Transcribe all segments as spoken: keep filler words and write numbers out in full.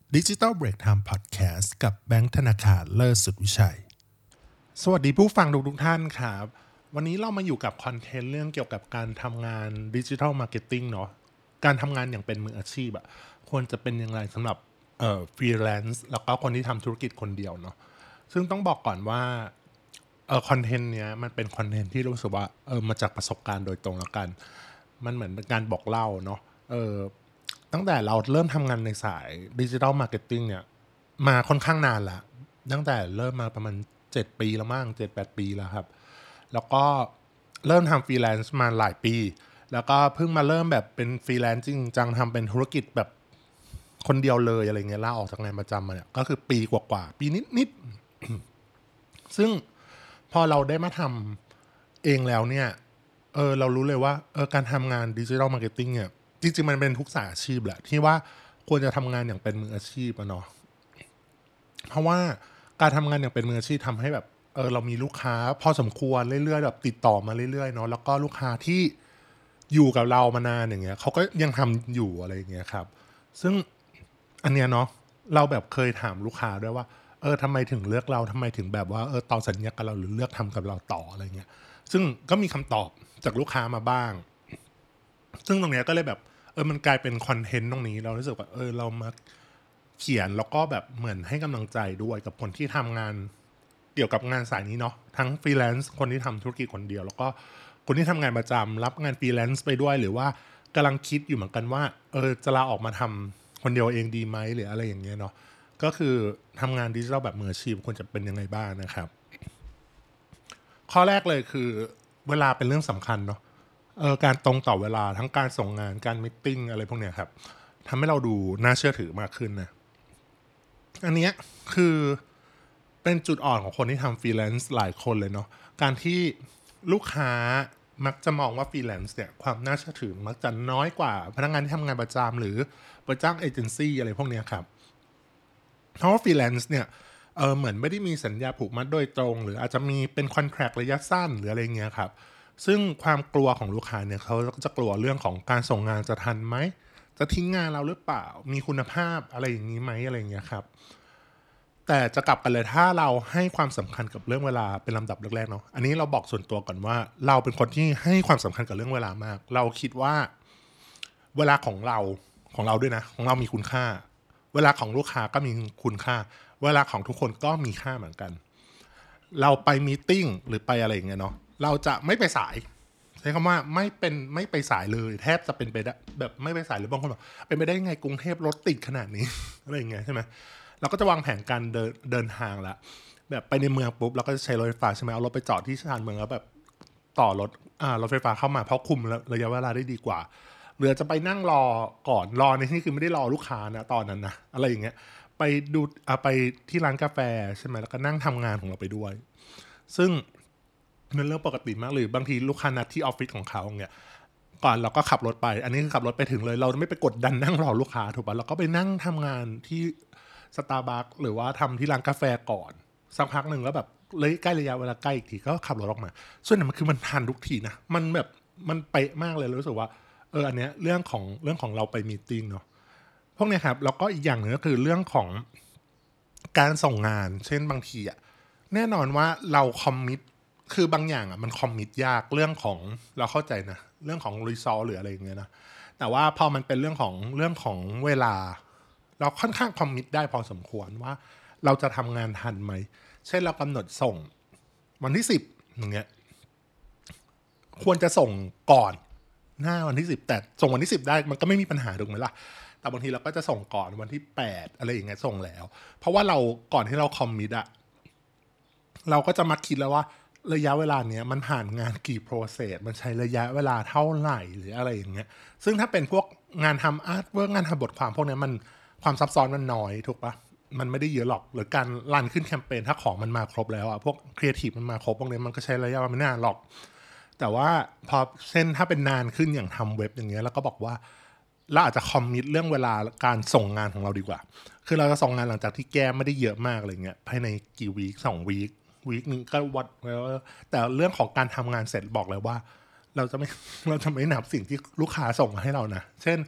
Digital Break Time Podcast กับแบงค์ธนาคารเลิศสุดวิชัยสวัสดีผู้ฟังทุกทุกท่านครับวันนี้เรามาอยู่กับคอนเทนต์เรื่องเกี่ยวกับการทำงาน Digital Marketing เนาะการทำงานอย่างเป็นมืออาชีพอะควรจะเป็นยังไงสำหรับเอ่อฟรีแลนซ์แล้วก็คนที่ทำธุรกิจคนเดียวเนาะซึ่งต้องบอกก่อนว่าเออคอนเทนต์เนี้ยมันเป็นคอนเทนต์ที่รู้สึกว่าเออมาจากประสบการณ์โดยตรงแล้วกันมันเหมือนเป็นการบอกเล่าเนาะเออตั้งแต่เราเริ่มทำงานในสายดิจิทัลมาร์เก็ตติ้งเนี่ยมาค่อนข้างนานละตั้งแต่เริ่มมาประมาณเจ็ดปีแล้วมั้งเจ็ดแปดปีแล้วครับแล้วก็เริ่มทำฟรีแลนซ์มาหลายปีแล้วก็เพิ่งมาเริ่มแบบเป็นฟรีแลนซ์จริงจังทำเป็นธุรกิจแบบคนเดียวเลยอะไรเงี้ยลาออกจากงานประจำมาเนี่ยก็คือปีกว่าๆปีนิดๆซึ่งพอเราได้มาทำเองแล้วเนี่ยเออเรารู้เลยว่าเออการทำงานดิจิทัลมาร์เก็ตติ้งเนี่ยจริงๆมันเป็นทุกสายอาชีพแหละที่ว่าควรจะทำงานอย่างเป็นมืออาชีพอะเนาะเพราะว่าการทำงานอย่างเป็นมืออาชีพทำให้แบบเออเรามีลูกค้าพอสมควรเรื่อยๆแบบติดต่อมาเรื่อยๆเนาะแล้วก็ลูกค้าที่อยู่กับเรามานานอย่างเงี้ยเขาก็ยังทำอยู่อะไรอย่างเงี้ยครับซึ่งอันเนี้ยเนาะเราแบบเคยถามลูกค้าด้วยว่าเออทำไมถึงเลือกเราทำไมถึงแบบว่าเออต่อสัญญากับเราหรือเลือกทำกับเราต่ออะไรเงี้ยซึ่งก็มีคำตอบจากลูกค้ามาบ้างซึ่งตรงเนี้ยก็เลยแบบเออมันกลายเป็นคอนเทนต์ตรงนี้เรารู้สึกว่าเออเรามาเขียนแล้วก็แบบเหมือนให้กำลังใจด้วยกับคนที่ทำงานเกี่ยวกับงานสายนี้เนาะทั้งฟรีแลนซ์คนที่ทำธุรกิจคนเดียวแล้วก็คนที่ทำงานประจำรับงานฟรีแลนซ์ไปด้วยหรือว่ากำลังคิดอยู่เหมือนกันว่าเออจะลาออกมาทำคนเดียวเองดีไหมหรืออะไรอย่างเงี้ยเนาะก็คือทำงานดิจิทัลแบบมืออาชีพควรจะเป็นยังไงบ้างนะครับข้อแรกเลยคือเวลาเป็นเรื่องสำคัญเนาะเออการตรงต่อเวลาทั้งการส่งงานการมีตติ้งอะไรพวกเนี้ยครับทำให้เราดูน่าเชื่อถือมากขึ้นนะอันเนี้ยคือเป็นจุดอ่อนของคนที่ทำฟรีแลนซ์หลายคนเลยเนาะการที่ลูกค้ามักจะมองว่าฟรีแลนซ์เนี่ยความน่าเชื่อถือมักจะน้อยกว่าพนักงานที่ทำงานประจำหรือไปจ้างเอเจนซี่อะไรพวกเนี้ยครับเพราะว่าฟรีแลนซ์เนี่ยเออเหมือนไม่ได้มีสัญญาผูกมัดโดยตรงหรืออาจจะมีเป็นคอนแทรคระยะสั้นหรืออะไรเงี้ยครับซึ่งความกลัวของลูกค้าเนี่ยเขาจะกลัวเรื่องของการส่งงานจะทันไหมจะทิ้งงานเราหรือเปล่ามีคุณภาพอะไรอย่างนี้ไหมอะไรเงี้ยครับแต่จะกลับกันเลยถ้าเราให้ความสำคัญกับเรื่องเวลาเป็นลำดับแรกๆเนาะอันนี้เราบอกส่วนตัวก่อนว่าเราเป็นคนที่ให้ความสำคัญกับเรื่องเวลามากเราคิดว่าเวลาของเราของเราด้วยนะของเรามีคุณค่าเวลาของลูกค้าก็มีคุณค่าเวลาของทุกคนก็มีค่าเหมือนกันเราไปมีตติ้งหรือไปอะไรอย่างเงี้ยเนาะเราจะไม่ไปสายใช้คำว่าไม่เป็นไม่ไปสายเลยแทบจะเป็นไปได้แบบไม่ไปสายหรือบางคนบอกเป็นไปได้ไงกรุงเทพรถติดขนาดนี้ อะไรอย่างเงี้ยใช่ไหมเราก็จะวางแผนการเดินเดินทางละแบบไปในเมืองปุ๊บเราก็จะใช้รถไฟฟ้าใช่ไหมเอารถไปจอดที่ชานเมืองแล้วแบบต่อรถอ่ารถไฟฟ้าเข้ามาเพราะคุมระยะเวลาได้ดีกว่าหรือจะไปนั่งรอก่อนรอในที่นี้คือไม่ได้รอลูกค้านะตอนนั้นนะอะไรอย่างเงี้ยไปดูอ่าไปที่ร้านกาแฟใช่ไหมแล้วก็นั่งทำงานของเราไปด้วยซึ่งเป็นเรื่องปกติมากหรือบางทีลูกค้านัดที่ออฟฟิศของเขาเนี่ยก่อนเราก็ขับรถไปอันนี้คือขับรถไปถึงเลยเราไม่ไปกดดันนั่งรอลูกค้าถูกป่ะเราก็ไปนั่งทำงานที่สตาร์บัคหรือว่าทำที่ร้านกาแฟก่อนสักพักหนึ่งแล้วแบบเลยใกล้ระยะเวลาใกล้อีกทีก็ขับรถออกมาส่วนนั้นมันคือมันทันทุกทีนะมันแบบมันเป๊ะมากเลยรู้สึกว่าเอออันเนี้ยเรื่องของเรื่องของเราไปมีตติ้งเนาะพวกเนี้ยครับแล้วก็อีกอย่างหนึ่งก็คือเรื่องของการส่งงานเช่นบางทีอะแน่นอนว่าเราคอมมิตคือบางอย่างอะมันคอมมิตยากเรื่องของเราเข้าใจนะเรื่องของรีซอสหรืออะไรอย่างเงี้ยนะแต่ว่าพอมันเป็นเรื่องของเรื่องของเวลาเราค่อนข้างคอมมิตได้พอสมควรว่าเราจะทำงานทันไหมเช่นเรากำหนดส่งวันที่สิบอย่างเงี้ยควรจะส่งก่อนหน้าวันที่สิบแต่ส่งวันที่สิบได้มันก็ไม่มีปัญหาถูกไหมล่ะแต่บางทีเราก็จะส่งก่อนวันที่แปดอะไรอย่างเงี้ยส่งแล้วเพราะว่าเราก่อนที่เราคอมมิตอะเราก็จะมาคิดแล้วว่าระยะเวลาเนี้ยมันผ่านงานกี่โปรเซสมันใช้ระยะเวลาเท่าไหร่หรืออะไรอย่างเงี้ยซึ่งถ้าเป็นพวกงานทำอาร์ตเวิร์กงานทำบทความพวกนี้มันความซับซ้อนมันน้อยถูกปะมันไม่ได้เยอะหรอกหรือการรันขึ้นแคมเปญถ้าของมันมาครบแล้วอะพวกครีเอทีฟมันมาครบพวกนี้มันก็ใช้ระยะเวลาไม่นานหรอก แต่ว่าพอเช่นถ้าเป็นนานขึ้นอย่างทำเว็บอย่างเงี้ยแล้วก็บอกว่าเราอาจจะคอมมิตเรื่องเวลาการส่งงานของเราดีกว่าคือเราจะส่งงานหลังจากที่แก้ไม่ได้เยอะมากอะไรเงี้ยภายในกี่วีคสองวีควีคนึงก็วัดแล้วแต่เรื่องของการทำงานเสร็จบอกเลยว่าเราจะไม่เราจะไม่นับสิ่งที่ลูกค้าส่งมาให้เรานะเช่น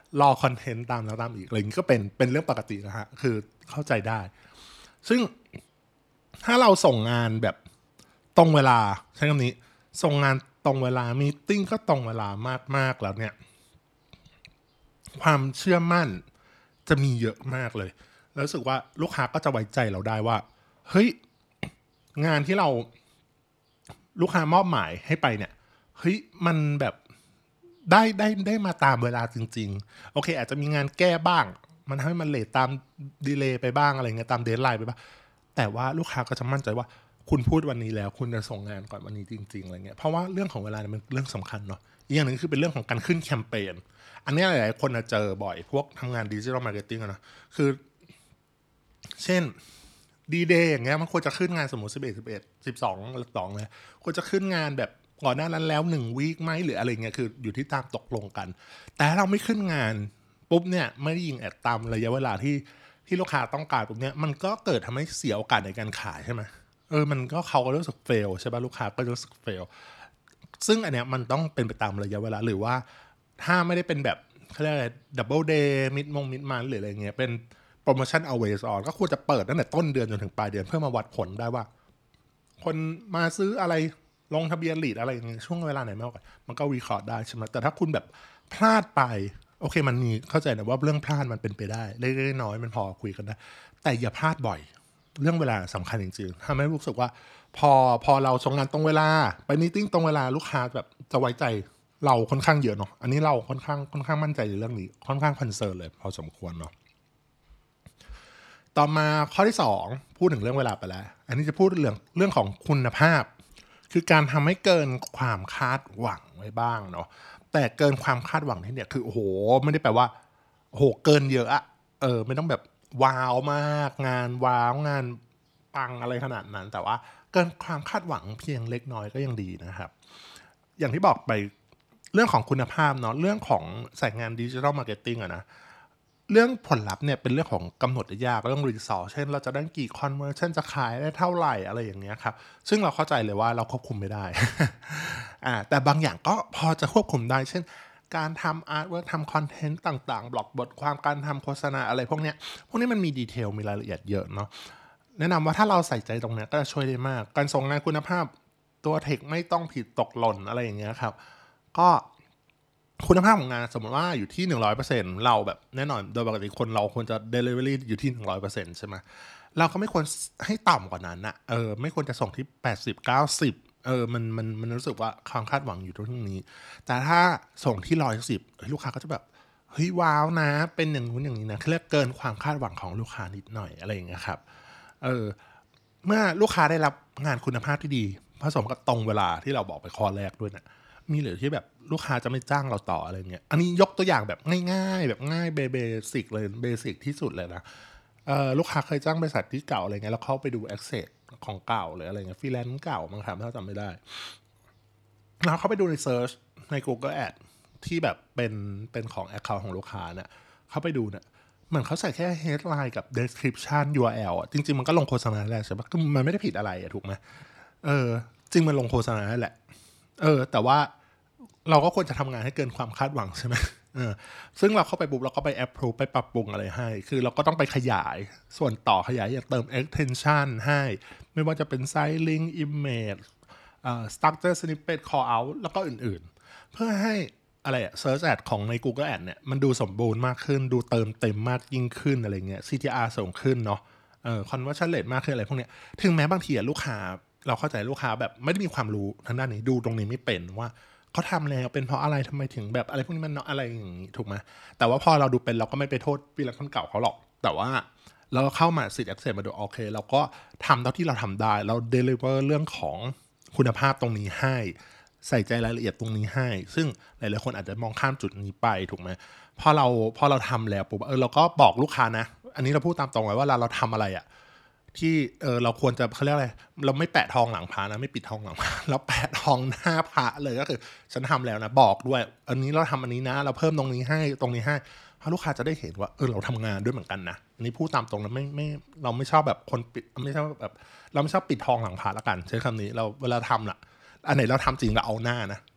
รอคอนเทนต์ตามแล้วตามอีกอะไรอย่างนี้ก็เป็นเป็นเรื่องปกตินะฮะคือเข้าใจได้ซึ่งถ้าเราส่งงานแบบตรงเวลาใช้คำนี้ส่งงานตรงเวลามีติ้งก็ตรงเวลามากๆแล้วเนี่ยความเชื่อมั่นจะมีเยอะมากเลยแล้วรู้สึกว่าลูกค้าก็จะไว้ใจเราได้ว่าเฮ้ยงานที่เราลูกค้ามอบหมายให้ไปเนี่ยเฮ้ยมันแบบได้ได้ได้มาตามเวลาจริงๆโอเคอาจจะมีงานแก้บ้างมันให้มันเลทตามดีเลย์ไปบ้างอะไรเงี้ยตามเดดไลน์ไปบ้างแต่ว่าลูกค้าก็จะมั่นใจว่าคุณพูดวันนี้แล้วคุณจะส่งงานก่อนวันนี้จริงๆอะไรเงี้ยเพราะว่าเรื่องของเวลาเนี่ยมันเรื่องสำคัญเนาะอีกอย่างหนึ่งคือเป็นเรื่องของการขึ้นแคมเปญอันนี้หลายๆคนเจอบ่อยพวกทำงานดิจิทัลมาร์เก็ตติ้งนะคือเช่นดีเดย์อย่างเงี้ยมันควรจะขึ้นงานสมมติสิบเอ็ด สิบเอ็ด สิบสอง สองเลยควรจะขึ้นงานแบบก่อนหน้านั้นแล้วหนึ่งวีคไหมหรืออะไรเงี้ยคืออยู่ที่ตามตกลงกันแต่เราไม่ขึ้นงานปุ๊บเนี่ยไม่ได้ยิงแอดตามระยะเวลาที่ที่ลูกค้าต้องการปุ๊บเนี่ยมันก็เกิดทำให้เสียโอกาสในการขายใช่ไหมเออมันก็เขาก็รู้สึกเฟลใช่ป่ะลูกค้าก็รู้สึกเฟลซึ่งอันเนี้ยมันต้องเป็นไปตามระยะเวลาหรือว่าถ้าไม่ได้เป็นแบบเขาเรียกอะไรดับเบิลเดย์มิดมงมิดมันหรืออะไรเงี้ยเป็นโปรโมชั่น always on ก็ควรจะเปิดตั้งแต่ต้นเดือนจนถึงปลายเดือนเพื่อมาวัดผลได้ว่าคนมาซื้ออะไรลงทะเบียนลีดอะไรอย่างเงี้ยช่วงเวลาไหนมากกว่ามันก็วิเคราะห์ได้ใช่ไหมแต่ถ้าคุณแบบพลาดไปโอเคมันมีเข้าใจนะว่าเรื่องพลาดมันเป็นไปได้เล็กๆน้อยๆมันพอคุยกันได้แต่อย่าพลาดบ่อยเรื่องเวลาสำคัญจริงๆทำให้รู้สึกว่าพอพอเราส่งงานตรงเวลาไปมีติ้งตรงเวลาลูกค้าแบบจะไว้ใจเราค่อนข้างเยอะเนาะอันนี้เราค่อนข้างค่อนข้างมั่นใจในเรื่องนี้ค่อนข้างคอนเซิร์นเลยพอสมควรเนาะต่อมาข้อที่สองพูดถึงเรื่องเวลาไปแล้วอันนี้จะพูดเรื่องเรื่องของคุณภาพคือการทำให้เกินความคาดหวังไว้บ้างเนาะแต่เกินความคาดหวังที่เนี่ยคือโอ้โหไม่ได้แปลว่าโอ้โหเกินเยอะอะเออไม่ต้องแบบว้าวมากงานว้าวงานปังอะไรขนาดนั้นแต่ว่าเกินความคาดหวังเพียงเล็กน้อยก็ยังดีนะครับอย่างที่บอกไปเรื่องของคุณภาพเนาะเรื่องของสายงานดิจิทัลมาร์เก็ตติ้งอะนะเรื่องผลลัพธ์เนี่ยเป็นเรื่องของกำหนดยากเรื่องรีซอสเช่นเราจะได้กี่คอนเวอร์ชันจะขายได้เท่าไหร่อะไรอย่างเงี้ยครับซึ่งเราเข้าใจเลยว่าเราควบคุมไม่ได้ อ่าแต่บางอย่างก็พอจะควบคุมได้เช่นการทำอาร์ตเวิร์กทำคอนเทนต์ต่างๆบล็อกบทความการทำโฆษณาอะไรพวกเนี้ยพวกนี้มันมีดีเทลมีรายละเอียดเยอะเนาะแนะนำว่าถ้าเราใส่ใจตรงเนี้ยก็จะช่วยได้มากการส่งงานคุณภาพตัวเทคไม่ต้องผิดตกหล่นอะไรอย่างเงี้ยครับก็คุณภาพของงานสมมติว่าอยู่ที่ หนึ่งร้อยเปอร์เซ็นต์ เราแบบแน่นอนโดยปกติคนเราควรจะ delivery อยู่ที่ หนึ่งร้อยเปอร์เซ็นต์ ใช่ไหมเราก็ไม่ควรให้ต่ำกว่านั้นนะเออไม่ควรจะส่งที่แปดสิบ เก้าสิบเออมันมันมันรู้สึกว่าความคาดหวังอยู่ตรงนี้แต่ถ้าส่งที่หนึ่งร้อยสิบลูกค้าก็จะแบบเฮ้ยว้าวนะเป็นอย่างนู้นอย่างนี้นะเรียกเกินความคาดหวังของลูกค้านิดหน่อยอะไรอย่างเงี้ยครับเออเมื่อลูกค้าได้รับงานคุณภาพที่ดีผสมกับตรงเวลาที่เราบอกไปข้อแรกด้วยนะมีเหลือที่แบบลูกค้าจะไม่จ้างเราต่ออะไรเงี้ยอันนี้ยกตัวอย่างแบบง่ายๆแบบง่ายเบสิกเลยเบสิกที่สุดเลยนะเออลูกค้าเคยจ้างบริษัทที่เก่าอะไรเงี้ยแล้วเขาไปดู access ของเก่าหรืออะไรเงี้ยฟรีแลนซ์เก่ามั้งครับถ้าจำไม่ได้แล้วเขาไปดูใน search ใน Google Ad ที่แบบเป็นเป็นของ account ของลูกค้าเนี่ยเขาไปดูเนี่ยเหมือนเขาใส่แค่ headline กับ description ยู อาร์ แอล อ่ะจริงๆมันก็ลงโฆษณาแหละใช่ปะก็มันไม่ได้ผิดอะไรอะถูกไหมเออจริงมันลงโฆษณาแหละเออแต่ว่าเราก็ควรจะทำงานให้เกินความคาดหวังใช่ไหมเออซึ่งเราเข้าไปปุ๊บเราก็ไป approve ไปปรับปรุงอะไรให้คือเราก็ต้องไปขยายส่วนต่อขยายอย่างเติม extension ให้ไม่ว่าจะเป็น site link image อ่า structure snippet call out แล้วก็อื่นๆเพื่อให้อะไรอะ search ad ของใน Google Ad เนี่ยมันดูสมบูรณ์มากขึ้นดูเติมเต็มมากยิ่งขึ้นอะไรเงี้ย ซี ที อาร์ สูงขึ้นเนาะเอ่อ conversion rate มากขึ้นอะไรพวกเนี้ยถึงแม้บางทีอะลูกค้าเราเข้าใจลูกค้าแบบไม่ได้มีความรู้ทางด้านนี้ดูตรงนี้ไม่เป็นว่าเขาทำแล้วเป็นเพราะอะไรทำไมถึงแบบอะไรพวกนี้มันอะไรอย่างนี้ถูกไหมแต่ว่าพอเราดูเป็นเราก็ไม่ไปโทษปีละคนเก่าเขาหรอกแต่ว่าเราเข้ามาสิทธิ์ access มาดูโอเคเราก็ทำเท่าที่เราทำได้เรา deliver เรื่องของคุณภาพตรงนี้ให้ใส่ใจรายละเอียดตรงนี้ให้ซึ่งหลายๆคนอาจจะมองข้ามจุดนี้ไปถูกไหมพอเราพอเราทำแล้วปุ๊บเออเราก็บอกลูกค้านะอันนี้เราพูดตามตรงไว้ว่าเราเราทำอะไรอะที่เออเราควรจะเขาเรียกอะไรเราไม่แปะทองหลังพระนะไม่ปิดทองหลังพระเราแปะทองหน้าพระเลยก็คือฉันทำแล้วนะบอกด้วยอันนี้เราทำอันนี้นะเราเพิ่มตรงนี้ให้ตรงนี้ให้เพราะลูกค้าจะได้เห็นว่าเออเราทำงานด้วยเหมือนกันนะอันนี้พูดตามตรงนะไม่ไม่เราไม่ชอบแบบคนปิดไม่ชอบแบบเราไม่ชอบปิดทองหลังพระละกันใช้คำนี้เราเวลาทำล่ะอันไหนเราทำจริงเราเอาหน้านะ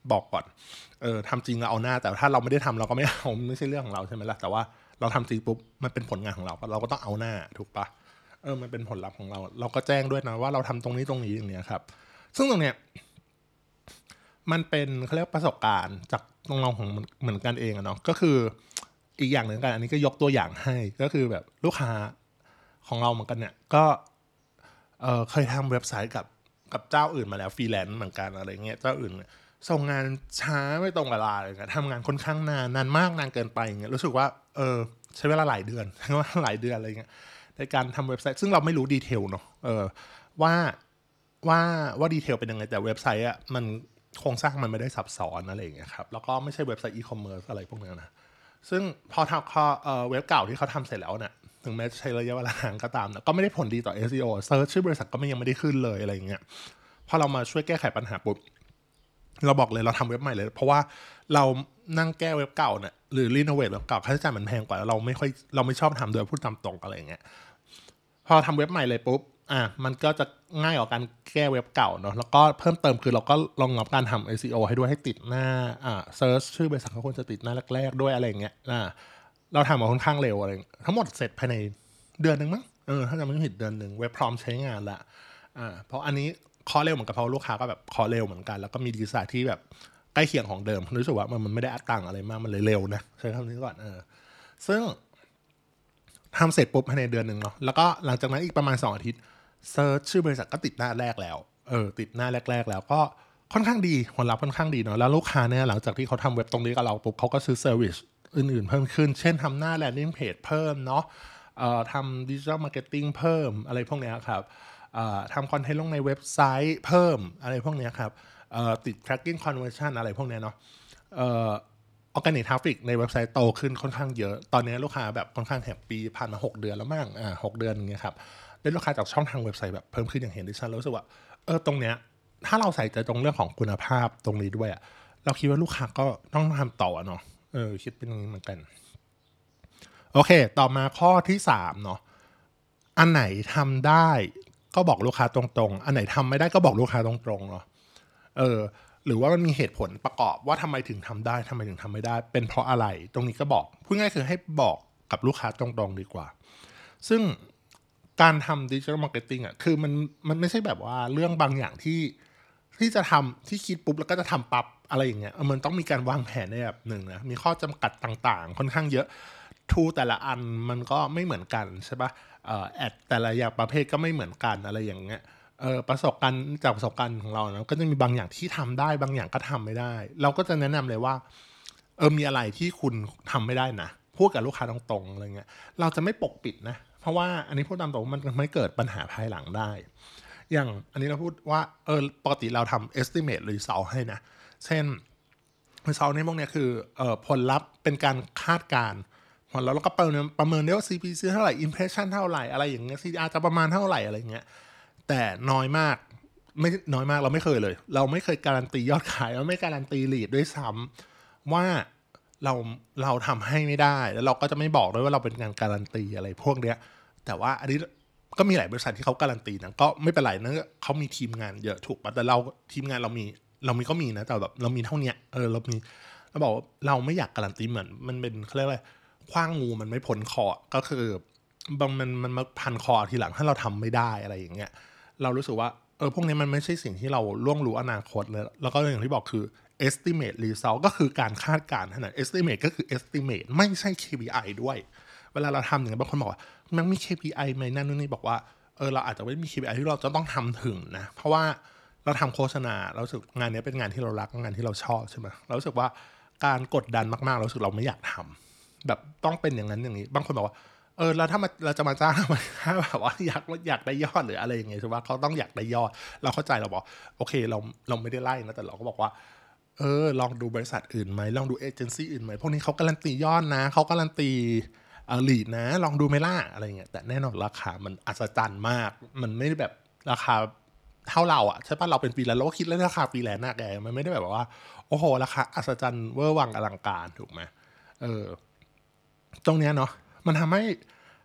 บอกก่อนเออทำจริงเราเอาหน้าแต่ถ้าเราไม่ได้ทำเราก็ไม่เอาไม่ใช่เรื่องของเราใช่ไหมล่ะแต่ว่าเราทำจริงปุ๊บมันเป็นผลงานของเราเราก็ต้องเอาหน้าถูกปะเออมันเป็นผลลัพธ์ของเราเราก็แจ้งด้วยนะว่าเราทำตรงนี้ตรงนี้อย่างเนี้ยครับซึ่งตรงเนี้ยมันเป็นเขาเรียกประสบการณ์จากตรงเราของเหมือนกันเองอะเนาะก็คืออีกอย่างหนึ่งกันอันนี้ก็ยกตัวอย่างให้ก็คือแบบลูกค้าของเราเหมือนกันเนี่ยก็เออเคยทำเว็บไซต์กับกับเจ้าอื่นมาแล้วฟรีแลนซ์เหมือนกันอะไรเงี้ยเจ้าอื่นส่งงานช้าไม่ตรงเวลาอะไรเงี้ยทำงานค่อนข้างนานนานมากนานเกินไปเงี้ยรู้สึกว่าเออใช้เวลาหลายเดือนใช้เวลาหลายเดือนอะไรเงี้ยในการทำเว็บไซต์ซึ่งเราไม่รู้ดีเทลเนาะเออว่าว่าว่าดีเทลเป็นยังไงแต่เว็บไซต์อ่ะมันโครงสร้างมันไม่ได้ซับซ้อนอะไรอย่างเงี้ยครับแล้วก็ไม่ใช่เว็บไซต์อีคอมเมิร์ซอะไรพวกนั้นนะซึ่งพอทำพอเอ่อเว็บเก่าที่เขาทำเสร็จแล้วเนี่ยถึงแม้จะใช้ระยะเวลานานก็ตามนะก็ไม่ได้ผลดีต่อ เอส อี โอ เซิร์ชชื่อบริษัทก็ไม่ยังไม่ได้ขึ้นเลยอะไรอย่างเงี้ยพอเรามาช่วยแก้ไขปัญหาปุ๊บเราบอกเลยเราทำเว็บใหม่เลยเพราะว่าเรานั่งแก้เว็บเก่าเนี่ยหรือรีโนเวทเว็บเก่าค่าใช้จ่ายมันแพงกว่าเราไม่ค่อยเราไม่ชอบทำโดยพูดตามตรงอะไรอย่างเงี้ยพอทำเว็บใหม่เลยปุ๊บอ่ะมันก็จะง่ายกว่าการแก้เว็บเก่าเนาะแล้วก็เพิ่มเติมคือเราก็ลองงับการทำ เอส อี โอ ให้ด้วยให้ติดหน้าอ่าเซิร์ชชื่อบริษัทเขาควรจะติดหน้าแรกๆด้วยอะไรอย่างเงี้ยอ่าเราทำมาค่อนข้างเร็วอะไรทั้งหมดเสร็จภายในเดือนนึงมั้งเออถ้าจำไม่ผิดเดือนนึงเว็บพร้อมใช้งานละอ่าเพราะอันนี้คอเร็วเหมือนกับเพราะลูกค้าก็แบบคอเร็วเหมือนกันแล้วก็มีดีไซน์ที่แบบใกล้เคียงของเดิมรู้สึกว่ามันไม่ได้อัดตังอะไรมากมันเลยเร็วนะใช้คำนี้ก่อนเออซึ่งทำเสร็จปุ๊บภายในเดือนหนึ่งเนาะแล้วก็หลังจากนั้นอีกประมาณสองอาทิตย์เซิร์ชชื่อบริษัทก็ติดหน้าแรกแล้วเออติดหน้าแรกๆแล้วก็ค่อนข้างดีผลลัพธ์ค่อนข้างดีเนาะแล้วลูกค้าเนี่ยหลังจากที่เขาทำเว็บตรงนี้กับเราปุ๊บเขาก็ซื้อเซอร์วิสอื่นๆเพิ่มขึ้นเช่นทำหน้าแลนดิ้งเพจเพิ่มเนาะเอ่อทำดิจิทัลมาร์เก็ตติ้งเพิ่มอะไรพวกนี้ครับเอ่อทำคอนเทนต์ลงในเว็บไซต์เพิ่มอะไรพวกนี้ครับเอ่อติด tracking conversion อะไรพวกนี้เนาะเอ่อ organic traffic ในเว็บไซต์โตขึ้นค่อนข้างเยอะตอนนี้ลูกค้าแบบค่อนข้างแฮปปี้ผ่านมาหกเดือนแล้วมั้งอ่าหกเดือนอย่างเงี้ยครับได้ลูกค้าจากช่องทางเว็บไซต์แบบเพิ่มขึ้นอย่างเห็นได้ชัดแล้วรู้สึกว่าเออตรงเนี้ยถ้าเราใส่ใจตรงเรื่องของคุณภาพตรงนี้ด้วยอะเราคิดว่าลูกค้าก็ต้องทำต่อเนาะเออคิดเป็นอย่างนี้เหมือนกันโอเคต่อมาข้อที่สามเนาะอันไหนทำได้ก็บอกลูกค้าตรงๆอันไหนทำไม่ได้ก็บอกลูกค้าตรงๆเนาะเออหรือว่ามันมีเหตุผลประกอบว่าทำไมถึงทำได้ทำไมถึงทำไม่ได้เป็นเพราะอะไรตรงนี้ก็บอกพูดง่ายคือให้บอกกับลูกค้าตรงๆดีกว่าซึ่งการทำดิจิทัลมาร์เก็ตติ้งอ่ะคือมันมันไม่ใช่แบบว่าเรื่องบางอย่างที่ที่จะทำที่คิดปุ๊บแล้วก็จะทำปั๊บอะไรอย่างเงี้ยมันต้องมีการวางแผนในแบบหนึ่งนะมีข้อจำกัดต่างๆค่อนข้างเยอะทูแต่ละอันมันก็ไม่เหมือนกันใช่ปะเอ่อแอดแต่ละอย่างประเภทก็ไม่เหมือนกันอะไรอย่างเงี้ย เออประสบการณ์จากประสบการณ์ของเรานะก็จะมีบางอย่างที่ทำได้บางอย่างก็ทำไม่ได้เราก็จะแนะนำเลยว่าเออมีอะไรที่คุณทำไม่ได้นะพูดกับลูกค้าตรงๆอะไรเงี้ยเราจะไม่ปกปิดนะเพราะว่าอันนี้พูดตามตรงมันไม่เกิดปัญหาภายหลังได้อย่างอันนี้เราพูดว่าเออปกติเราทำ estimate result ให้นะเช่น result ในพวกเนี้ยคือเออผลลัพธ์เป็นการคาดการณ์ผลลัพธ์แล้วก็ประเมินประเมินได้ว่า ซี พี ซี เท่าไหร่ impression เท่าไหร่อะไรอย่างเงี้ย ซี ดี อาร์ จะประมาณเท่าไหร่อะไรเงี้ยแต่น้อยมากไม่น้อยมากเราไม่เคยเลยเราไม่เคยการันตียอดขายเราไม่การันตีลีดด้วยซ้ำว่าเราเราทำให้ไม่ได้แล้วเราก็จะไม่บอกด้วยว่าเราเป็นการการันตีอะไรพวกเนี้ยแต่ว่าอันนี้ก็มีหลายบริษัทที่เขาการันตีนะก็ไม่เป็นไรนะเขามีทีมงานเยอะถูกปะแต่เราทีมงานเรามีเรามีก็มีนะแต่แบบเรามีเท่านี้เออเรามีเราบอกเราไม่อยากการันตีเหมือนมันเป็นเขาเรียกอะไรคว้างงูมันไม่พ้นคอก็คือบางมันมันมาพันคอทีหลังถ้าเราทำไม่ได้อะไรอย่างเงี้ยเรารู้สึกว่าเออพวกนี้มันไม่ใช่สิ่งที่เราล่วงรู้อนาคตเลยแล้วก็อย่างที่บอกคือ estimate result ก็คือการคาดการณ์เท่านั้น estimate ก็คือ estimate ไม่ใช่ เค พี ไอ ด้วยเวลาเราทำอย่างนี้บางคนบอกว่ามันมี เค พี ไอ ไหมนั่นนู่นนี่บอกว่าเออเราอาจจะไม่มี เค พี ไอ ที่เราจะต้องทำถึงนะเพราะว่าเราทำโฆษณาเราสึกงานนี้เป็นงานที่เรารักงานที่เราชอบใช่ไหมเราสึกว่าการกดดันมากๆเราสึกเราไม่อยากทำแบบต้องเป็นอย่างนั้นอย่างนี้บางคนบอกว่าเออแล้วถ้ามาเราจะมาจ้างทำไมถ้าแบบว่าอยากอยากได้ยอดหรืออะไรอย่างเงี้ยใช่ไหมเขาต้องอยากได้ยอดเราเข้าใจเราบอกโอเคเราเราไม่ได้ไล่นะแต่เราก็บอกว่าเออลองดูบริษัทอื่นไหมลองดูเอเจนซี่อื่นไหมพวกนี้เขาการันตียอดนะเขาการันตีเออลีดนะลองดูไหมล่ะอะไรเงี้ยแต่แน่นอนราคามันอัศจรรย์มากมันไม่ได้แบบราคาเท่าเราอะใช่ป่ะเราเป็นฟรีแลนซ์เราก็คิดเรื่องราคาฟรีแลนซ์นะแกมันไม่ได้แบบว่าโอ้โหราคาอัศจรรย์เวอร์วังอลังการถูกไหมเออตรงเนี้ยเนาะมันทำให้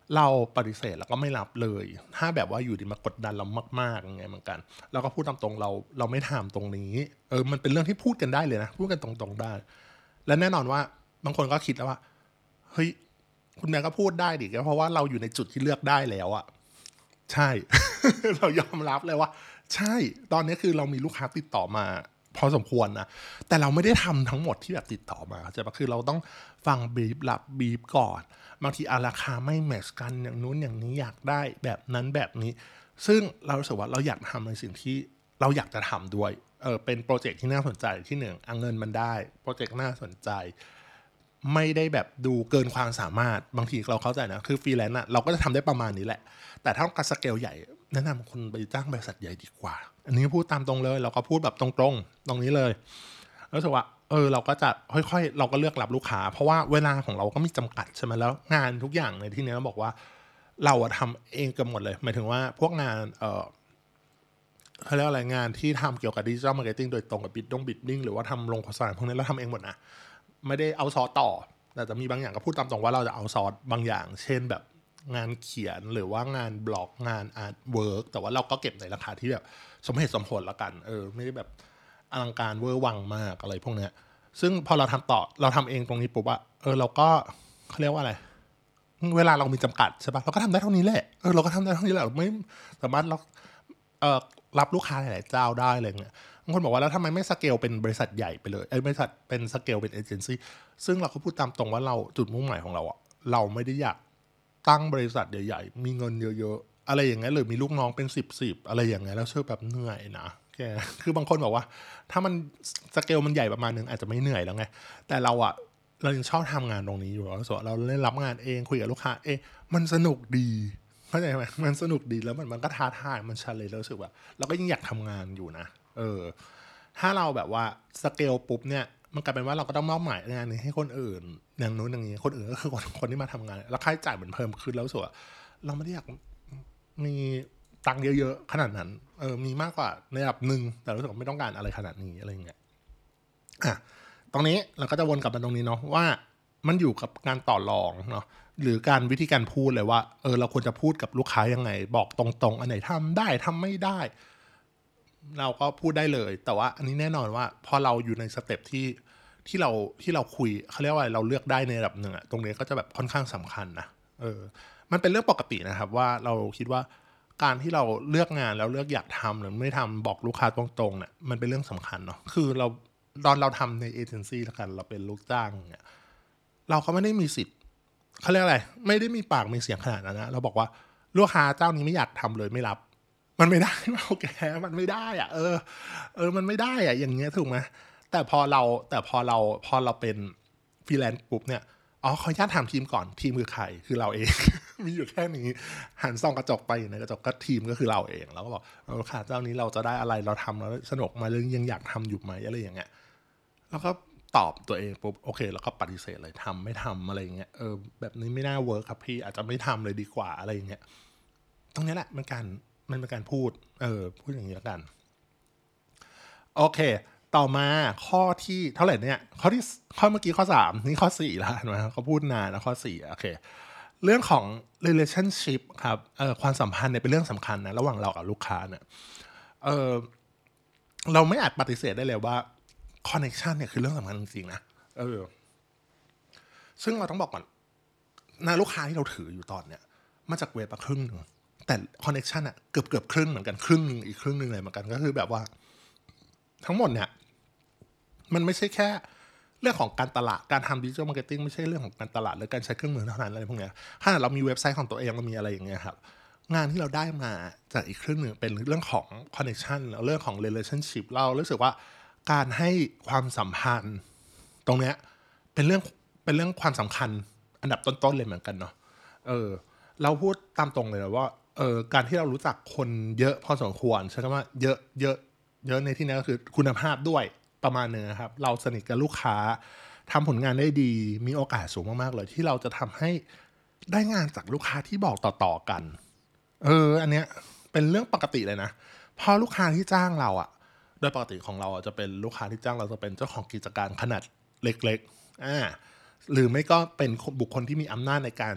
เราปฏิเสธแล้วก็ไม่รับเลยถ้าแบบว่าอยู่ดีมากดดันเรามากๆอย่างเงี้ยเหมือนกันเราก็พูดตามตรงเราเราไม่ทำตรงนี้เออมันเป็นเรื่องที่พูดกันได้เลยนะพูดกันตรงๆได้และแน่นอนว่าบางคนก็คิดแล้วว่าเฮ้ยคุณแม่ก็พูดได้ดิเพราะว่าเราอยู่ในจุดที่เลือกได้แล้วอะใช่ เรายอมรับเลยว่าใช่ตอนนี้คือเรามีลูกค้าติดต่อมาพอสมควรนะแต่เราไม่ได้ทำทั้งหมดที่แบบติดต่อมาใช่ปะคือเราต้องฟังบีบรับบีบก่อนบางทีอาราคาไม่แมทช์กันอย่างนู้นอย่างนี้อยากได้แบบนั้นแบบนี้ซึ่งเรารู้สึกว่าเราอยากทำในสิ่งที่เราอยากจะทำด้วยเออเป็นโปรเจกต์ที่น่าสนใจที่หนึ่งเงินมันได้โปรเจกต์น่าสนใจไม่ได้แบบดูเกินความสามารถบางทีเราเข้าใจนะคือฟรีแลนซ์อะเราก็จะทำได้ประมาณนี้แหละแต่ถ้าการสเกลใหญ่แนะนำคุณไปจ้างบริษัทใหญ่ดีกว่าอันนี้พูดตามตรงเลยเราก็พูดแบบตรงๆตรงนี้เลยรู้สึกว่าเออเราก็จะค่อยๆเราก็เลือกรับลูกค้าเพราะว่าเวลาของเราก็มีจำกัดใช่ไหมแล้วงานทุกอย่างในที่นี้เราบอกว่าเราทำเองกันหมดเลยหมายถึงว่าพวกงานเออเขาเรียกอะไรงานที่ทำเกี่ยวกับดิจิทัลมาร์เก็ตติ้งโดยตรงกับบิดดงบิดดิ้งหรือว่าทำลงโฆษณาพวกนี้เราทำเองหมดนะไม่ได้เอาซอสต่อแต่จะมีบางอย่างก็พูดตามตรงว่าเราจะเอาซอสบางอย่างเช่นแบบงานเขียนหรือว่างานบล็อกงานอาร์ตเวิร์กแต่ว่าเราก็เก็บในราคาที่แบบสมเหตุสมผลละกันเออไม่ได้แบบอลังการเวอร์วังมากอะไรพวกเนี้ยซึ่งพอเราทำต่อเราทำเองตรงนี้ปุ๊บอะเออเราก็เขาเรียกว่าอะไรเวลาเรามีจำกัดใช่ปะเราก็ทำได้เท่านี้แหละเออเราก็ทำได้เท่านี้แหละไม่สามารถเราเอ่อรับลูกค้าหลายๆเจ้าได้อะไรเงี้ยบางคนบอกว่าแล้วทำไมไม่สเกลเป็นบริษัทใหญ่ไปเลยเอ้ยบริษัทเป็นสเกลเป็นเอเจนซี่ซึ่งเราก็พูดตามตรงว่าเราจุดมุ่งหมายของเราอะเราไม่ได้อยากตั้งบริษัทใหญ่ๆมีเงินเยอะๆอะไรอย่างเงี้ยหรือมีลูกน้องเป็นสิบสิบอะไรอย่างเงี้ยแล้วเชื่อแบบเหนื่อยนะแกคือบางคนบอกว่าถ้ามันสเกลมันใหญ่ประมาณนึงอาจจะไม่เหนื่อยแล้วไงแต่เราอะเรายังชอบทำงานตรงนี้อยู่แล้วส่วนเราเล่นรับงานเองคุยกับลูกค้าเองมันสนุกดีเข้าใจไหมมันสนุกดีแล้วมันมันก็ท้าทายมันชันเลยรู้สึกว่าเราก็ยังอยากทำงานอยู่นะเออถ้าเราแบบว่าสเกลปุ๊บเนี่ยมันกลายเป็นว่าเราก็ต้องมอบหมายงานนี้ให้คนอื่นอย่างนู้นอย่างนี้คนอื่นก็คือคนคนที่มาทำงานแล้วค่าใช้จ่ายเหมือนเพิ่มขึ้นแล้วส่วนเราไม่ได้อยากมีตังค์เยอะๆขนาดนั้นเออมีมากกว่าในระดับหนึ่งแต่รู้สึกว่าไม่ต้องการอะไรขนาดนี้อะไรอย่างเงี้ยอ่ะตรงนี้เราก็จะวนกลับมาตรงนี้เนาะว่ามันอยู่กับการต่อรองเนาะหรือการวิธีการพูดเลยว่าเออเราควรจะพูดกับลูกค้ายังไงบอกตรงๆอันไหนทำได้ทำไม่ได้เราก็พูดได้เลยแต่ว่าอันนี้แน่นอนว่าพอเราอยู่ในสเต็ปที่ที่เราที่เราคุยเขาเรียกว่าเราเลือกได้ในระดับหนึ่งอะตรงนี้ก็จะแบบค่อนข้างสำคัญนะเออมันเป็นเรื่องปกตินะครับว่าเราคิดว่าการที่เราเลือกงานแล้วเลือกอยากทำหรือไม่ทำบอกลูกค้าตรงๆเนี่ยมันเป็นเรื่องสำคัญเนาะคือเราตอนเราทำในเอเจนซี่แล้วกันเราเป็นลูกจ้างเนี่ยเราก็ไม่ได้มีสิทธิ์เขาเรียกอะไรไม่ได้มีปากมีเสียงขนาดนั้นนะเราบอกว่าลูกค้าเจ้านี้ไม่อยากทำเลยไม่รับ มันไม่ได้โอเคมันไม่ได้อะเออเออมันไม่ได้อะอย่างเงี้ยถูกไหมแต่พอเราแต่พอเราพอเราเป็นฟรีแลนซ์ปุ๊บเนี่ยอ๋อขออนุญาตถามทีมก่อนทีมคือใครคือเราเอง มีอยู่แค่นี้หันส่องกระจกไปอยู่ในกระจกก็ทีมก็คือเราเองแล้วก็บอกเออค่ะเจ้านี้เราจะได้อะไรเราทำแล้วสนุกมาเรื่องยังอยากทำอยู่ไหมอะไรอย่างเงี้ยแล้วก็ตอบตัวเองปุ๊บโอเคแล้วก็ปฏิเสธเลยทำไม่ทำอะไรอย่างเงี้ยเออแบบนี้ไม่น่าเวิร์คครับพี่อาจจะไม่ทำเลยดีกว่าอะไรอย่างเงี้ยตรงนี้แหละมันการ มันเป็นการพูด เออ พูดอย่างนี้แล้วกัน โอเค ต่อมาข้อที่เท่าไหร่เนี่ย ข้อที่ข้อเมื่อกี้ข้อสามนี่ข้อสี่แล้วนะเขาพูดนานนะข้อสี่โอเค เรื่องของ relationship ครับ เออความสัมพันธ์เนี่ยเป็นเรื่องสำคัญนะระหว่างเรากับลูกค้าเนี่ย เออเราไม่อาจปฏิเสธได้เลยว่า connection เนี่ยคือเรื่องสำคัญจริงๆนะ เออ ซึ่งเราต้องบอกก่อนนาลูกค้าที่เราถืออยู่ตอนเนี้ยมาจากเว็บครึ่งหนึ่งแต่คอนเนคชันอะเกือบเกือบครึ่งเหมือนกันครึ่งหนึ่งอีกครึ่งหนึ่งเลยเหมือนกันก็คือแบบว่าทั้งหมดเนี่ยมันไม่ใช่แค่เรื่องของการตลาดการทำดิจิทัลมาร์เก็ตติ้งไม่ใช่เรื่องของการตลาดหรือการใช้เครื่องมือเท่านั้นอะไรพวกเนี้ยถ้าเรามีเว็บไซต์ของตัวเองเรามีอะไรอย่างเงี้ยครับงานที่เราได้มาจากอีกครึ่งหนึ่งเป็นเรื่องของคอนเนคชันเรื่องของ relationship เรารู้สึกว่าการให้ความสัมพันธ์ตรงเนี้ยเป็นเรื่องเป็นเรื่องความสำคัญอันดับต้นๆเลยเหมือนกันเนาะเออเราพูดตามตรงเลยนะว่าเออการที่เรารู้จักคนเยอะพอสมควรใช่ไหมว่าเยอะเยอะเยอะในที่นี้ก็คือคุณภาพด้วยประมาณนึงนะครับเราสนิทกับลูกค้าทำผลงานได้ดีมีโอกาสสูงมากๆเลยที่เราจะทำให้ได้งานจากลูกค้าที่บอกต่อๆกันเอออันเนี้ยเป็นเรื่องปกติเลยนะพอลูกค้าที่จ้างเราอะโดยปกติของเราจะเป็นลูกค้าที่จ้างเราจะเป็นเจ้าของกิจการขนาดเล็กๆอ่าหรือไม่ก็เป็นบุคคลที่มีอำนาจในการ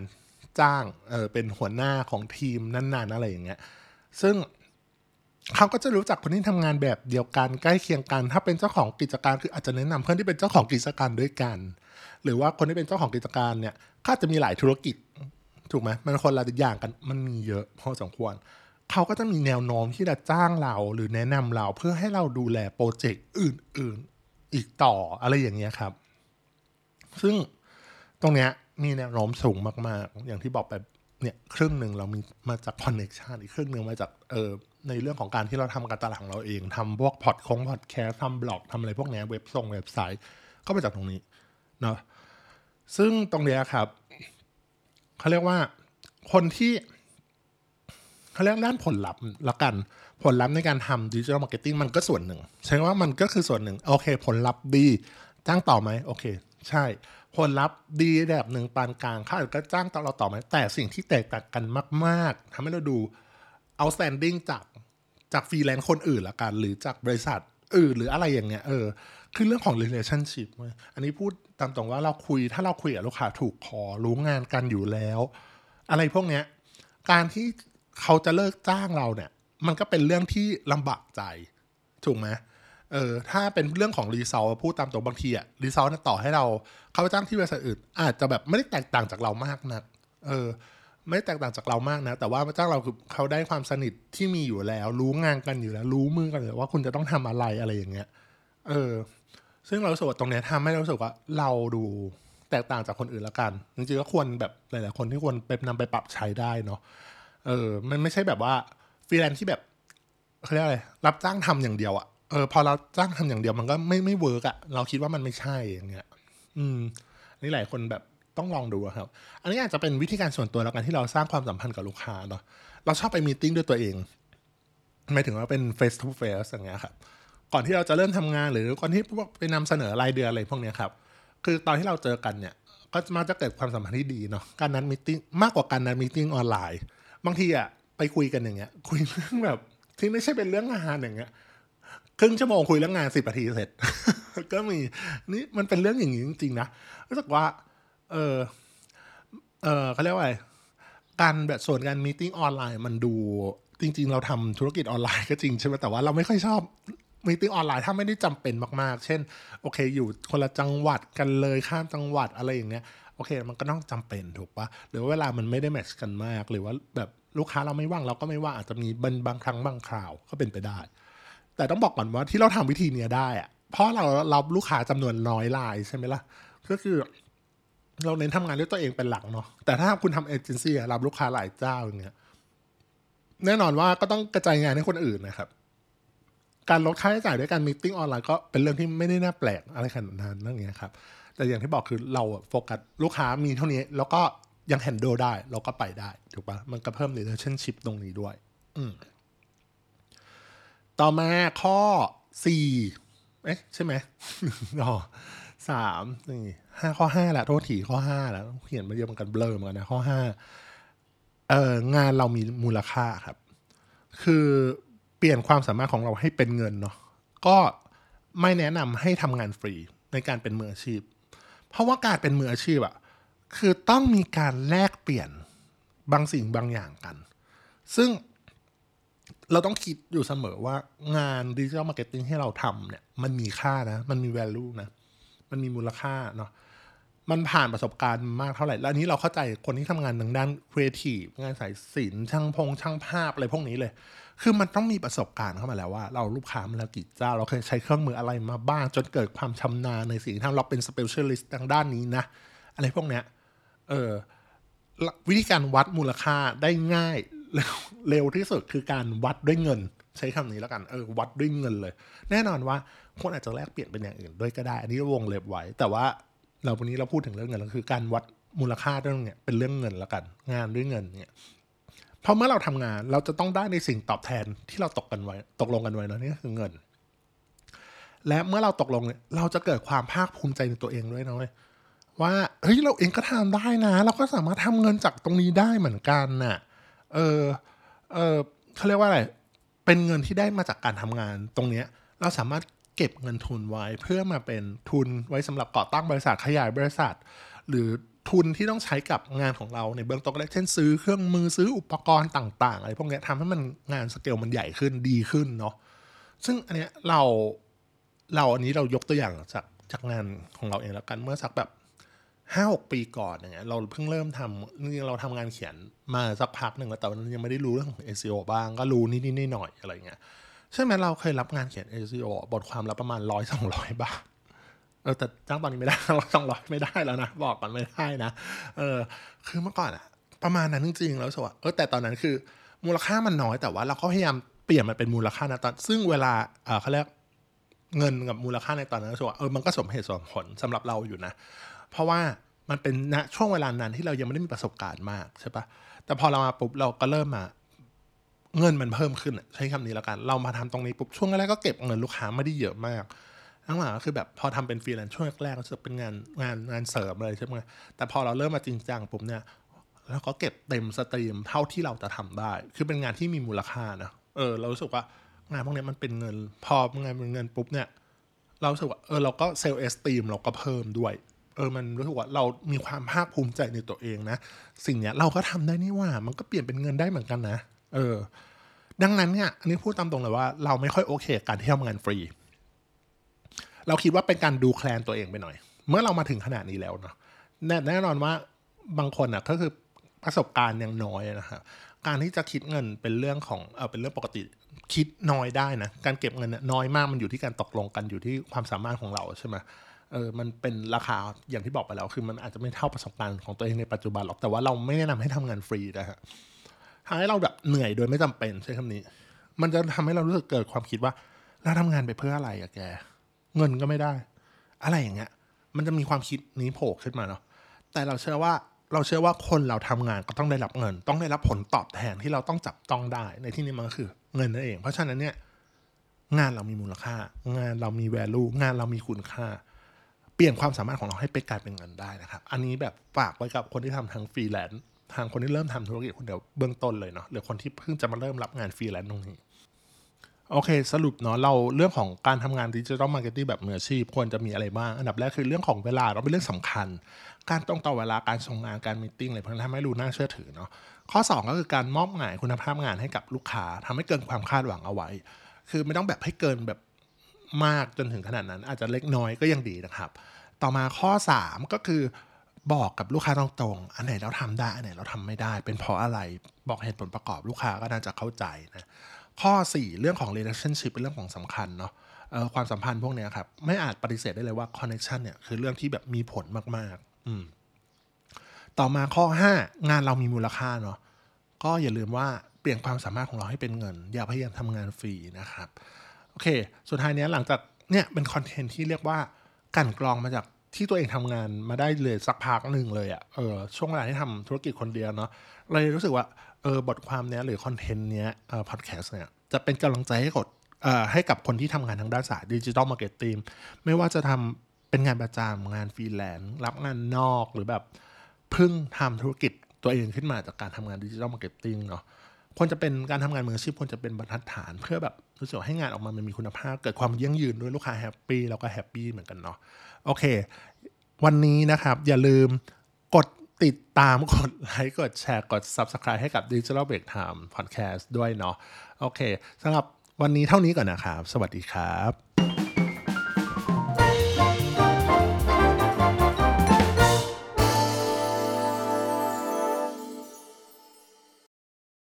จ้างเออเป็นหัวหน้าของทีมนั้นๆอะไรอย่างเงี้ยซึ่งเขาก็จะรู้จักคนที่ทำงานแบบเดียวกันใกล้เคียงกันถ้าเป็นเจ้าของกิจการคืออาจจะแนะนำเพื่อนที่เป็นเจ้าของกิจการด้วยกันหรือว่าคนที่เป็นเจ้าของกิจการเนี่ยก็จะมีหลายธุรกิจถูกไหมมันคนละอย่างกันมันมีเยอะพอสมควรเขาก็จะมีแนวโน้มที่จะจ้างเราหรือแนะนำเราเพื่อให้เราดูแลโปรเจกต์อื่นๆอีกต่ออะไรอย่างเงี้ยครับซึ่งตรงเนี้ยมีแนวโน้มสูงมากๆอย่างที่บอกไปเนี่ยครึ่งหนึ่งเรามีมาจากคอนเนคชันอีกครึ่งหนึ่งมาจากเออในเรื่องของการที่เราทำการตลาดของเราเองทำพวกพอดคงพอดแคสต์ทำบล็อกทำอะไรพวกนี้เว็บส่งเว็บไซต์ก็มาจากตรงนี้เนาะซึ่งตรงเนี้ยครับเขาเรียกว่าคนที่เขาเรียกด้านผลลัพธ์ละกันผลลัพธ์ในการทำดิจิทัลมาร์เก็ตติ้งมันก็ส่วนหนึ่งใช่ว่ามันก็คือส่วนหนึ่งโอเคผลลัพธ์ดีจ้างต่อไหมโอเคใช่ผลลัพธ์ดีแบบหนึ่งปานกลางเขาอาจจะจ้างต่อเราต่อไหมแต่สิ่งที่แตกต่างกันมากๆทำให้เราดู outstanding จากจากฟรีแลนซ์คนอื่นละกันหรือจากบริษัทอื่นหรืออะไรอย่างเงี้ยเออคือเรื่องของ relationship เว้ยอันนี้พูดตามตรงว่าเราคุยถ้าเราคุยกับลูกค้าถูกคอรู้งานกันอยู่แล้วอะไรพวกเนี้ยการที่เขาจะเลิกจ้างเราเนี่ยมันก็เป็นเรื่องที่ลำบากใจถูกไหมเออถ้าเป็นเรื่องของรีซอลพูดตามตรงบางทีอะรีซอลต่อให้เราเขาจ้างที่บริษัทอื่นอาจจะแบบไม่ได้แตกต่างจากเรามากนักเออไม่แตกต่างจากเรามากนะแต่ว่าจ้างเราคือเขาได้ความสนิทที่มีอยู่แล้วรู้งานกันอยู่แล้วรู้มือกันอยู่แล้วว่าคุณจะต้องทำอะไรอะไรอย่างเงี้ยเออซึ่งเราสึกว่าตรงเนี้ยทำให้เราสึกว่าเราดูแตกต่างจากคนอื่นละกันจริงๆก็ควรแบบหลายๆคนที่ควรไปนำไปปรับใช้ได้เนาะเออมันไม่ใช่แบบว่าฟรีแลนซ์ที่แบบเขาเรียกอะไรรับจ้างทำอย่างเดียวอะเออพอเราจ้างทำอย่างเดียวมันก็ไม่ไม่เวิร์กอะเราคิดว่ามันไม่ใช่อย่างเงี้ยอืมนี่หลายคนแบบต้องลองดูครับอันนี้อาจจะเป็นวิธีการส่วนตัวแล้วกันที่เราสร้างความสัมพันธ์กับลูกค้าเนาะเราชอบไปมีตติ้งด้วยตัวเองหมายถึงว่าเป็น face to face อย่างเงี้ยครับก่อนที่เราจะเริ่มทำงานหรือก่อนที่พวกไปนำเสนอรายเดือนอะไรพวกเนี้ยครับคือตอนที่เราเจอกันเนี่ยก็มาจะเกิดความสัมพันธ์ที่ดีเนาะการนัดมีตติ้งมากกว่าการนัดมีตติ้งออนไลน์บางทีอะไปคุยกันอย่างเงี้ยคุยเรื่องแบบที่ไม่ใช่เป็นเรื่องงานอย่างเงี้ยครึ่งชั่วโมงคุยเรื่องงานสิบนาทีเสร็จ ก็มีนี่มันเป็นเรื่องอย่างนี้จริงๆนะรู้สึกว่าเออเออเขาเรียกว่าอะไรการแบบส่วนการมีตติ้งออนไลน์มันดูจริงๆเราทำธุรกิจออนไลน์ก็จริงใช่ไหมแต่ว่าเราไม่ค่อยชอบมีตติ้งออนไลน์ถ้าไม่ได้จำเป็นมากๆเช่นโอเคอยู่คนละจังหวัดกันเลยข้ามจังหวัดอะไรอย่างเงี้ยโอเคมันก็ต้องจำเป็นถูกปะหรือว่าเวลามันไม่ได้แมทช์กันมากหรือว่าแบบลูกค้าเราไม่ว่างเราก็ไม่ว่างอาจจะมีบางครั้งบางคราวก็เป็นไปได้แต่ต้องบอกก่อนว่าที่เราทำวิธีเนี้ยได้อะเพราะเรารับลูกค้าจำนวนน้อยรายใช่ไหมล่ะก็คือเราเน้นทำงานด้วยตัวเองเป็นหลักเนาะแต่ถ้าคุณทำเอเจนซี่รับลูกค้าหลายเจ้าอย่างเงี้ยแน่นอนว่าก็ต้องกระจายงานให้คนอื่นนะครับการลดค่าใช้จ่ายด้วยการมีตติ้งออนไลน์ก็เป็นเรื่องที่ไม่ได้น่าแปลกอะไรขนาดนั้นนั่นเงี้ยครับแต่อย่างที่บอกคือเราโฟกัสลูกค้ามีเท่านี้แล้วก็ยังแฮนเดิลได้เราก็ไปได้ถูกปะมันก็เพิ่ม relationship ตรงนี้ด้วยอืมต่อมาข้อสี่เอ๊ะใช่ไหม อ๋อสามนี่ห้าข้อห้าแหละโทษทีข้อห้าแล้วเขียนมาเยอะเหมือนกันเบลอเหมือนกันนะข้อห้าเอ่องานเรามีมูลค่าครับคือเปลี่ยนความสามารถของเราให้เป็นเงินเนาะก็ไม่แนะนำให้ทำงานฟรีในการเป็นมืออาชีพเพราะว่าการเป็นมืออาชีพอะคือต้องมีการแลกเปลี่ยนบางสิ่งบางอย่างกันซึ่งเราต้องคิดอยู่เสมอว่างานดิจิทัลมาร์เก็ตติ้งที่เราทำเนี่ยมันมีค่านะมันมี value นะมันมีมูลค่าเนาะมันผ่านประสบการณ์มากเท่าไหร่แล้วอันนี้เราเข้าใจคนที่ทำงานทางด้านครีเอทีฟงานสายศิลป์ช่างพงช่างภาพอะไรพวกนี้เลยคือมันต้องมีประสบการณ์เข้ามาแล้วว่าเราลูกค้ามาแล้วกี่เจ้าเราเคยใช้เครื่องมืออะไรมาบ้างจนเกิดความชำนาญในสิ่งที่ทำเราเป็นสเปเชียลิสต์ทางด้านนี้นะอะไรพวกเนี้ยเออวิธีการวัดมูลค่าได้ง่ายเร็วที่สุดคือการวัดด้วยเงินใช้คำนี้แล้วกันเออวัดด้วยเงินเลยแน่นอนว่าคนอาจจะแลกเปลี่ยนเป็นอย่างอื่นด้วยก็ได้อันนี้วงเล็บไว้แต่ว่าเราวันนี้เราพูดถึงเรื่องเงินแล้วคือการวัดมูลค่าเรื่องเนี้ยเป็นเรื่องเงินแล้วกันงานด้วยเงินเนี่ยเพราะเมื่อเราทำงานเราจะต้องได้ในสิ่งตอบแทนที่เราตกกันไว้ตกลงกันไว้นะนี่คือเงินและเมื่อเราตกลงเนี่ยเราจะเกิดความภาคภูมิใจในตัวเองด้วยนะเว้ยว่าเฮ้ยเราเองก็ทำได้นะเราก็สามารถทำเงินจากตรงนี้ได้เหมือนกันน่ะเออเออเขาเรียกว่าอะไรเป็นเงินที่ได้มาจากการทำงานตรงเนี้ยเราสามารถเก็บเงินทุนไว้เพื่อมาเป็นทุนไว้สำหรับก่อตั้งบริษัทขยายบริษัทหรือทุนที่ต้องใช้กับงานของเราในเบื้องต้นก็ได้เช่นซื้อเครื่องมือซื้ออุปกรณ์ต่างๆอะไรพวกนี้ทำให้มันงานสเกลมันใหญ่ขึ้นดีขึ้นเนาะซึ่งอันเนี้ยเราเราอันนี้เรายกตัวอย่างจากจากงานของเราเองแล้วกันเมื่อสักแบบห้าหกปีก่อนอย่างเงี้ยเราเพิ่งเริ่มทำจริงๆเราทำงานเขียนมาสักพักหนึ่งแล้วแต่วันนั้นยังไม่ได้รู้เรื่องของ เอส อี โอ บ้างก็รู้นิดๆหน่อยๆอะไรเงี้ยใช่ไหมเราเคยรับงานเขียน เอส อี โอ บทความละประมาณร้อยสองร้อยบาทเออแต่จ้างตอนนี้ไม่ได้ร้อยสองร้อยไม่ได้แล้วนะบอกก่อนไม่ได้นะเออคือเมื่อก่อนอะประมาณนั้นจริงๆแล้วสวะเออแต่ตอนนั้นคือมูลค่ามันน้อยแต่ว่าเราก็พยายามเปลี่ยนมันเป็นมูลค่านะตอนซึ่งเวลาเออเขาเรียกเงินกับมูลค่าในตอนนั้นสวะเออมันก็สมเหตุสมผลสำหรับเราอยู่นะเพราะว่ามันเป็นณช่วงเวลานั้นที่เรายังไม่ได้มีประสบการณ์มากใช่ปะแต่พอเรามาปุ๊บเราก็เริ่มมาเงินมันเพิ่มขึ้นใช้คำนี้แล้วกันเรามาทำตรงนี้ปุ๊บช่วงแรกก็เก็บเงินลูกค้าไม่ได้เยอะมากหลังๆก็คือแบบพอทำเป็นฟรีแลนซ์ช่วงแรกก็จะเป็นงานงานงานเสริมเลยใช่ไหมแต่พอเราเริ่มมาจริงจังปุ๊บเนี่ยเราก็เก็บเต็มสตรีมเท่าที่เราจะทำได้คือเป็นงานที่มีมูลค่านะเออเรารู้สึกว่างานพวกนี้มันเป็นเงินพองานเป็นเงินปุ๊บเนี่ยเรารู้สึกว่าเออเราก็เซลล์เอสตีมเราก็เพิ่มด้วยเออมันรู้สึกว่าเรามีความภาคภูมิใจในตัวเองนะสิ่งเนี้ยเราก็ทำได้นี่ว่ามันก็เปลี่ยนเป็นเงินได้เหมือนกันนะเออดังนั้นเนี่ยอันนี้พูดตามตรงเลยว่าเราไม่ค่อยโอเคกับการที่ทำงานฟรีเราคิดว่าเป็นการดูแคลนตัวเองไปหน่อยเมื่อเรามาถึงขนาดนี้แล้วเนาะแน่แน่นอนว่าบางคนอ่ะก็คือประสบการณ์ยังน้อยนะครับการที่จะคิดเงินเป็นเรื่องของเออเป็นเรื่องปกติคิดน้อยได้นะการเก็บเงินน้อยมากมันอยู่ที่การตกลงกันอยู่ที่ความสามารถของเราใช่ไหมเออมันเป็นราคาอย่างที่บอกไปแล้วคือมันอาจจะไม่เท่าประสบการณ์ของตัวเองในปัจจุบันหรอกแต่ว่าเราไม่แนะนำให้ทำงานฟรีนะฮะทำให้เราแบบเหนื่อยโดยไม่จำเป็นใช่คำนี้มันจะทำให้เรารู้สึกเกิดความคิดว่าเราทำงานไปเพื่ออะไรอะแกเงินก็ไม่ได้อะไรอย่างเงี้ยมันจะมีความคิดนี้โผล่ขึ้นมาเนาะแต่เราเชื่อว่าเราเชื่อว่าคนเราทำงานก็ต้องได้รับเงินต้องได้รับผลตอบแทนที่เราต้องจับต้องได้ในที่นี้มันก็คือเงินนั่นเองเพราะฉะนั้นเนี่ยงานเรามีมูลค่างานเรามี value งานเรามีคุณค่าเปลี่ยนความสามารถของเราให้ไปกลายเป็นเงินได้นะครับอันนี้แบบฝากไว้กับคนที่ทำทางฟรีแลนซ์ทางคนที่เริ่มทำธุรกิจคนเดียวเบื้องต้นเลยเนาะหรือคนที่เพิ่งจะมาเริ่มรับงานฟรีแลนซ์ตรงนี้โอเคสรุปเนาะเราเรื่องของการทำงานดิจิทัลมาร์เก็ตติ้งแบบมืออาชีพควรจะมีอะไรบ้างอันดับแรกคือเรื่องของเวลาเราเป็นเรื่องสำคัญการตรงต่อเวลาการส่งงานการมีตติ้งอะไรพวกนี้ทำให้รู้น่าเชื่อถือเนาะข้อสองก็คือการมอบหมายคุณภาพงานให้กับลูกค้าทำให้เกินความคาดหวังเอาไว้คือไม่ต้องแบบให้เกินแบบมากจนถึงขนาดนั้นอาจจะเล็กน้อยก็ยังดีนะครับต่อมาข้อสามก็คือบอกกับลูกค้าตรงๆอันไหนเราทำได้อันไหนเราทำไม่ได้เป็นเพราะอะไรบอกเหตุผลประกอบลูกค้าก็น่าจะเข้าใจนะข้อสี่เรื่องของ relationship เป็นเรื่องของสำคัญเนาะเอ่อความสัมพันธ์พวกนี้ครับไม่อาจปฏิเสธได้เลยว่า connection เนี่ยคือเรื่องที่แบบมีผลมากๆอืมต่อมาข้อห้างานเรามีมูลค่าเนาะก็อย่าลืมว่าเปลี่ยนความสามารถของเราให้เป็นเงินอย่าพยายามทำงานฟรีนะครับโอเคสุดท้ายเนี้ยหลังจากเนี่ยเป็นคอนเทนต์ที่เรียกว่ากลั่นกรองมาจากที่ตัวเองทำงานมาได้เลยสักพักหนึ่งเลยอะ่ะเออช่วงเวลาที่ทำธุรกิจคนเดียวเนาะเลยรู้สึกว่าเออบทความเนี้ยหรือคอนเทนต์เนี้ยเอ่อพอดแคสต์เนี่ยจะเป็นกำลังใจให้กับเอ่อให้กับคนที่ทำงานทางด้านสายดิจิทัลมาร์เก็ตติ้งไม่ว่าจะทำเป็นงานประจำงานฟรีแลนซ์รับงานนอกหรือแบบเพิ่งทำธุรกิจตัวเองขึ้นมาจากการทำงานดิจิทัลมาร์เก็ตติ้งเนาะควรจะเป็นการทำงานมืออาชีพควรจะเป็นบรรทัดฐานเพื่อแบบรู้สึกให้งานออกมามันมีคุณภาพเกิดความยั่งยืนด้วยลูกค้าแฮปปี้เราก็แฮปปี้เหมือนกันเนาะโอเควันนี้นะครับอย่าลืมกดติดตามกดไลค์กดแชร์กด Subscribe ให้กับ Digital Break Time Podcast ด้วยเนาะโอเคสำหรับวันนี้เท่านี้ก่อนนะครับสวัสดีครับ